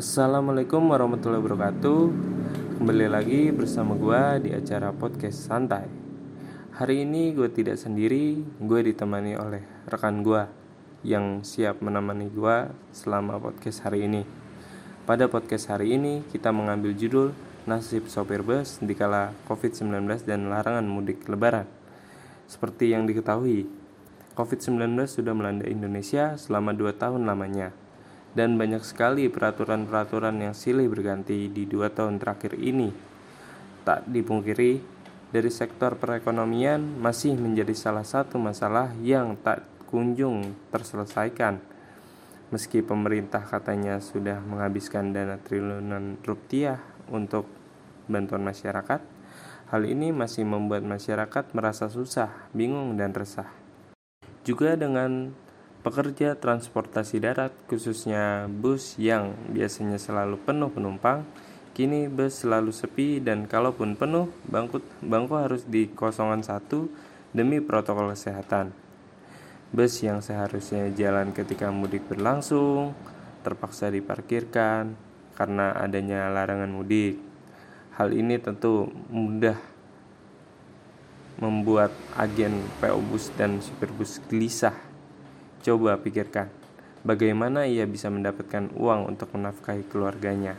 Assalamualaikum warahmatullahi wabarakatuh. Kembali lagi bersama gue di acara podcast santai. Hari ini gue tidak sendiri, gue ditemani oleh rekan gue yang siap menemani gue selama podcast hari ini. Pada podcast hari ini kita mengambil judul Nasib Sopir Bus dikala COVID-19 dan larangan mudik lebaran. Seperti yang diketahui, COVID-19 sudah melanda Indonesia selama 2 tahun lamanya. Dan banyak sekali peraturan-peraturan yang silih berganti di 2 tahun terakhir ini. Tak dipungkiri, dari sektor perekonomian masih menjadi salah satu masalah yang tak kunjung terselesaikan. Meski pemerintah katanya sudah menghabiskan dana triliunan rupiah untuk bantuan masyarakat, hal ini masih membuat masyarakat merasa susah, bingung, dan resah. Juga dengan pekerja transportasi darat, khususnya bus yang biasanya selalu penuh penumpang, kini bus selalu sepi dan kalaupun penuh, bangku harus dikosongkan satu demi protokol kesehatan. Bus yang seharusnya jalan ketika mudik berlangsung, terpaksa diparkirkan karena adanya larangan mudik. Hal ini tentu mudah membuat agen PO Bus dan supir bus gelisah. Coba pikirkan, bagaimana ia bisa mendapatkan uang untuk menafkahi keluarganya.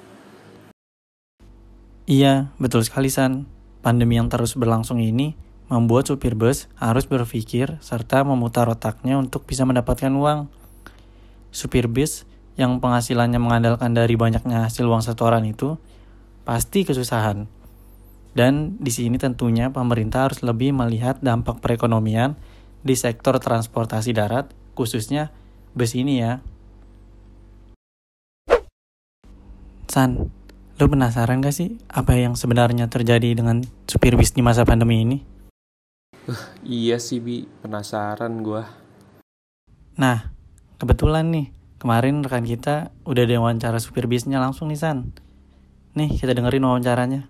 Iya, betul sekali San. Pandemi yang terus berlangsung ini membuat supir bus harus berpikir serta memutar otaknya untuk bisa mendapatkan uang. Supir bus yang penghasilannya mengandalkan dari banyaknya hasil uang setoran itu pasti kesusahan. Dan di sini tentunya pemerintah harus lebih melihat dampak perekonomian di sektor transportasi darat, khususnya bus ini ya. San, lo penasaran gak sih apa yang sebenarnya terjadi dengan supir bus di masa pandemi ini? Iya sih Bi, penasaran gua. Nah, kebetulan nih, kemarin rekan kita udah ada wawancara supir bisnya langsung nih San. Nih, kita dengerin wawancaranya.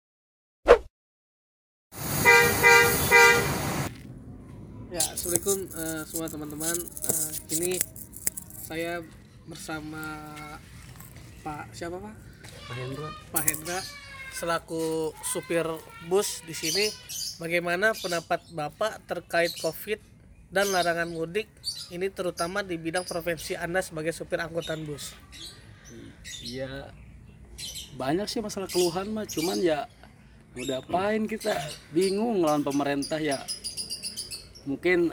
Ya, assalamualaikum semua teman-teman. Ini saya bersama Pak Hendra selaku supir bus di sini. Bagaimana pendapat Bapak terkait COVID dan larangan mudik ini, terutama di bidang profesi Anda sebagai supir angkutan bus? Iya, banyak sih masalah keluhan mah, cuman ya udah apain, kita bingung lawan pemerintah ya. Mungkin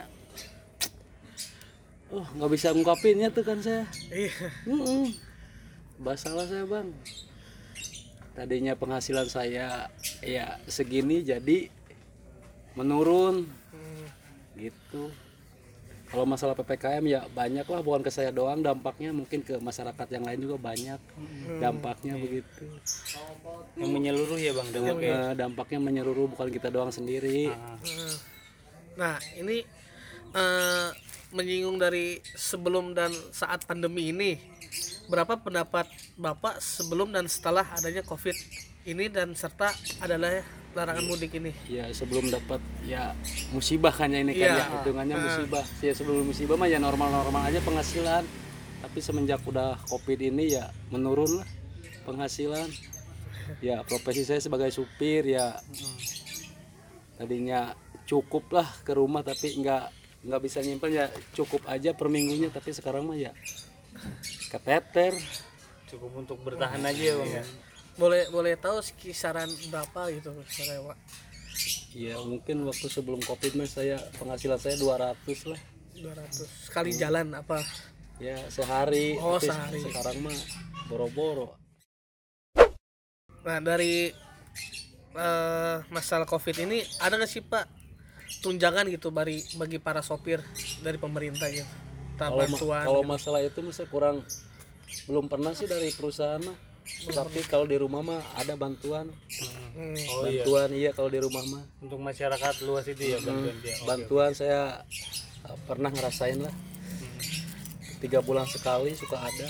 nggak bisa ngungkapinnya tuh kan saya. Iya. Masalah saya bang, tadinya penghasilan saya ya segini jadi menurun gitu. Kalau masalah PPKM ya banyak lah, bukan ke saya doang dampaknya, mungkin ke masyarakat yang lain juga banyak dampaknya begitu. Yang menyeluruh ya bang, Dampaknya menyeluruh, bukan kita doang sendiri. Nah, ini menyinggung dari sebelum dan saat pandemi ini, berapa pendapat Bapak sebelum dan setelah adanya COVID ini dan serta adalah larangan mudik ini? Ya sebelum dapat ya musibah kan ya ini kan ya, hitungannya musibah. Ya sebelum musibah mah ya normal-normal aja penghasilan. Tapi semenjak udah COVID ini ya menurun lah penghasilan. Ya profesi saya sebagai supir ya tadinya cukup lah ke rumah, tapi nggak bisa nyimpen, ya cukup aja per minggunya, tapi sekarang mah ya keteter. cukup untuk bertahan aja ya bang ya. Boleh tahu kisaran berapa gitu Pak? Iya, mungkin waktu sebelum COVID mah penghasilan saya 200 lah. 200 sekali jalan apa? Ya sehari. Sehari. Sekarang mah boro-boro. Nah, dari masalah COVID ini ada nggak sih Pak tunjangan gitu bagi para sopir dari pemerintah gitu? Kalau masalah itu masa belum pernah sih dari perusahaan mah. Tapi kalau di rumah mah ada bantuan. Iya kalau di rumah mah. Untuk masyarakat luas itu ya bantuan dia. Bantuan saya pernah ngerasain lah. 3 bulan sekali suka ada.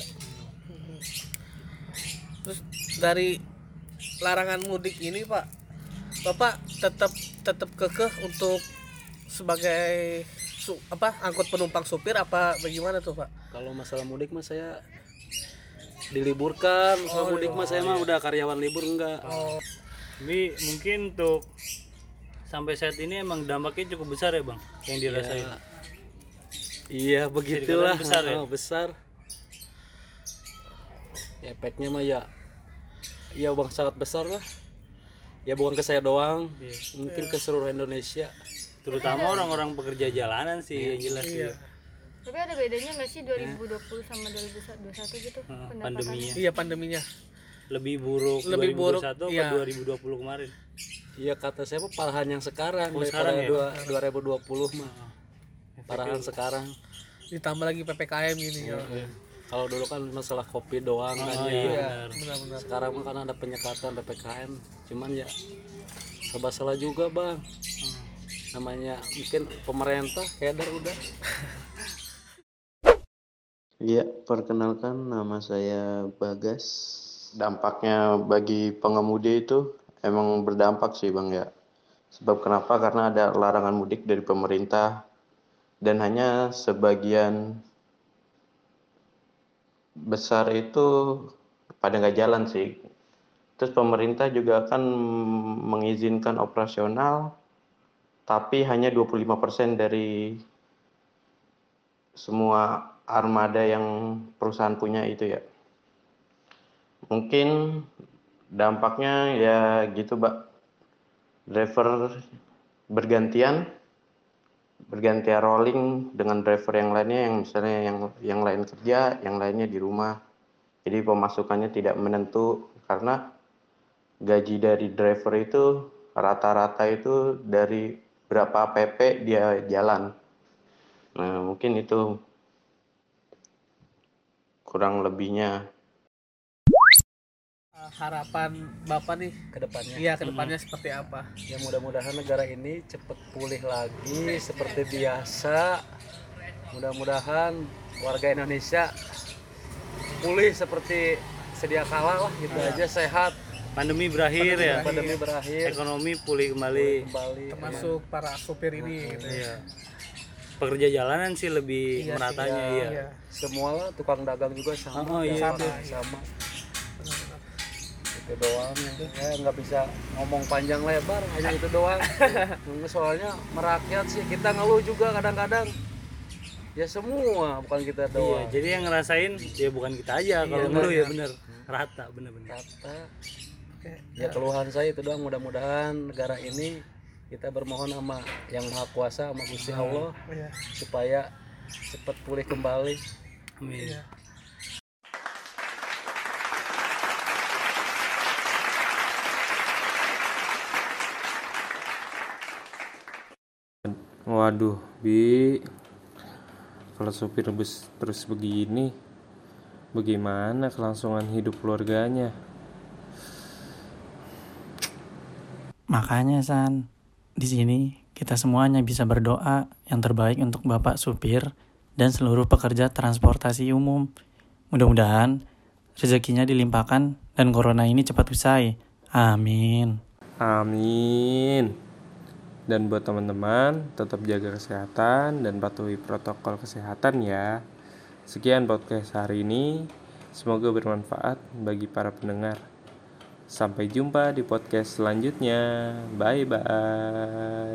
Terus dari larangan mudik ini Pak, Bapak tetap kekeh untuk sebagai angkut penumpang supir apa bagaimana tuh Pak? Kalau masalah mudik mah saya diliburkan. Kalau mudik mah saya mah udah karyawan libur enggak. Tapi mungkin untuk sampai saat ini emang dampaknya cukup besar ya bang yang dirasain. Iya begitulah, besar ya? besar. Efeknya mah ya bang sangat besar lah. Ya bukan ke saya doang, mungkin ke seluruh Indonesia. Terutama orang-orang pekerja jalanan sih yang jelas ya. Tapi ada bedanya nggak sih 2020 sama 2021 gitu pendapatannya? Pandeminya Iya pandeminya. lebih buruk Lebih 2021 buruk, apa iya. 2020 kemarin. Iya kata saya mah parahan yang sekarang sekarang daripada ya? 2020 mah. Parahan sekarang. Ditambah lagi PPKM gini ya. Kalau dulu kan masalah kopi doang kan ya. Iya, benar-benar. Sekarang mah kan ada penyekatan PPKM. Cuman ya serba salah juga bang. Namanya mungkin pemerintah keder udah. Iya, perkenalkan nama saya Bagas. Dampaknya bagi pengemudi itu emang berdampak sih Bang ya. Sebab kenapa? Karena ada larangan mudik dari pemerintah dan hanya sebagian besar itu pada nggak jalan sih. Terus pemerintah juga akan mengizinkan operasional tapi hanya 25% dari semua armada yang perusahaan punya itu ya. Mungkin dampaknya ya gitu, Mbak. Driver bergantian rolling dengan driver yang lainnya yang misalnya yang lain kerja, yang lainnya di rumah. Jadi pemasukannya tidak menentu karena gaji dari driver itu rata-rata itu dari berapa PP dia jalan. Nah, mungkin itu kurang lebihnya. Harapan Bapak nih Ke depannya. iya kedepannya seperti apa? Ya mudah-mudahan negara ini cepat pulih lagi seperti biasa. Mudah-mudahan warga Indonesia pulih seperti sedia kala lah gitu aja, sehat, Pandemi berakhir ya. pandemi berakhir, Ekonomi pulih kembali. kembali. Termasuk para supir ini gitu ya. Iya. Pekerja jalanan sih lebih Iya sih, meratanya iya. iya. Semua lah tukang dagang juga sama. Oh, iya. sama. Itu doang ya nggak bisa ngomong panjang lebar, hanya itu doang. Soalnya merakyat sih, kita ngeluh juga kadang-kadang. Ya semua, bukan kita Iya, doang. jadi yang ngerasain ya bukan kita aja kalau dulu ya bener rata bener-bener. Kata ya keluhan saya itu doang. Mudah-mudahan negara ini kita bermohon sama yang maha kuasa, sama Gusti Allah Iya. supaya cepat pulih kembali. Amin. Waduh, Bi. Kalau supir bus terus begini, bagaimana kelangsungan hidup keluarganya? Makanya San, di sini kita semuanya bisa berdoa yang terbaik untuk Bapak supir dan seluruh pekerja transportasi umum. Mudah-mudahan rezekinya dilimpahkan dan corona ini cepat usai. Amin. Amin. Dan buat teman-teman, tetap jaga kesehatan dan patuhi protokol kesehatan ya. Sekian podcast hari ini. Semoga bermanfaat bagi para pendengar. Sampai jumpa di podcast selanjutnya. Bye-bye.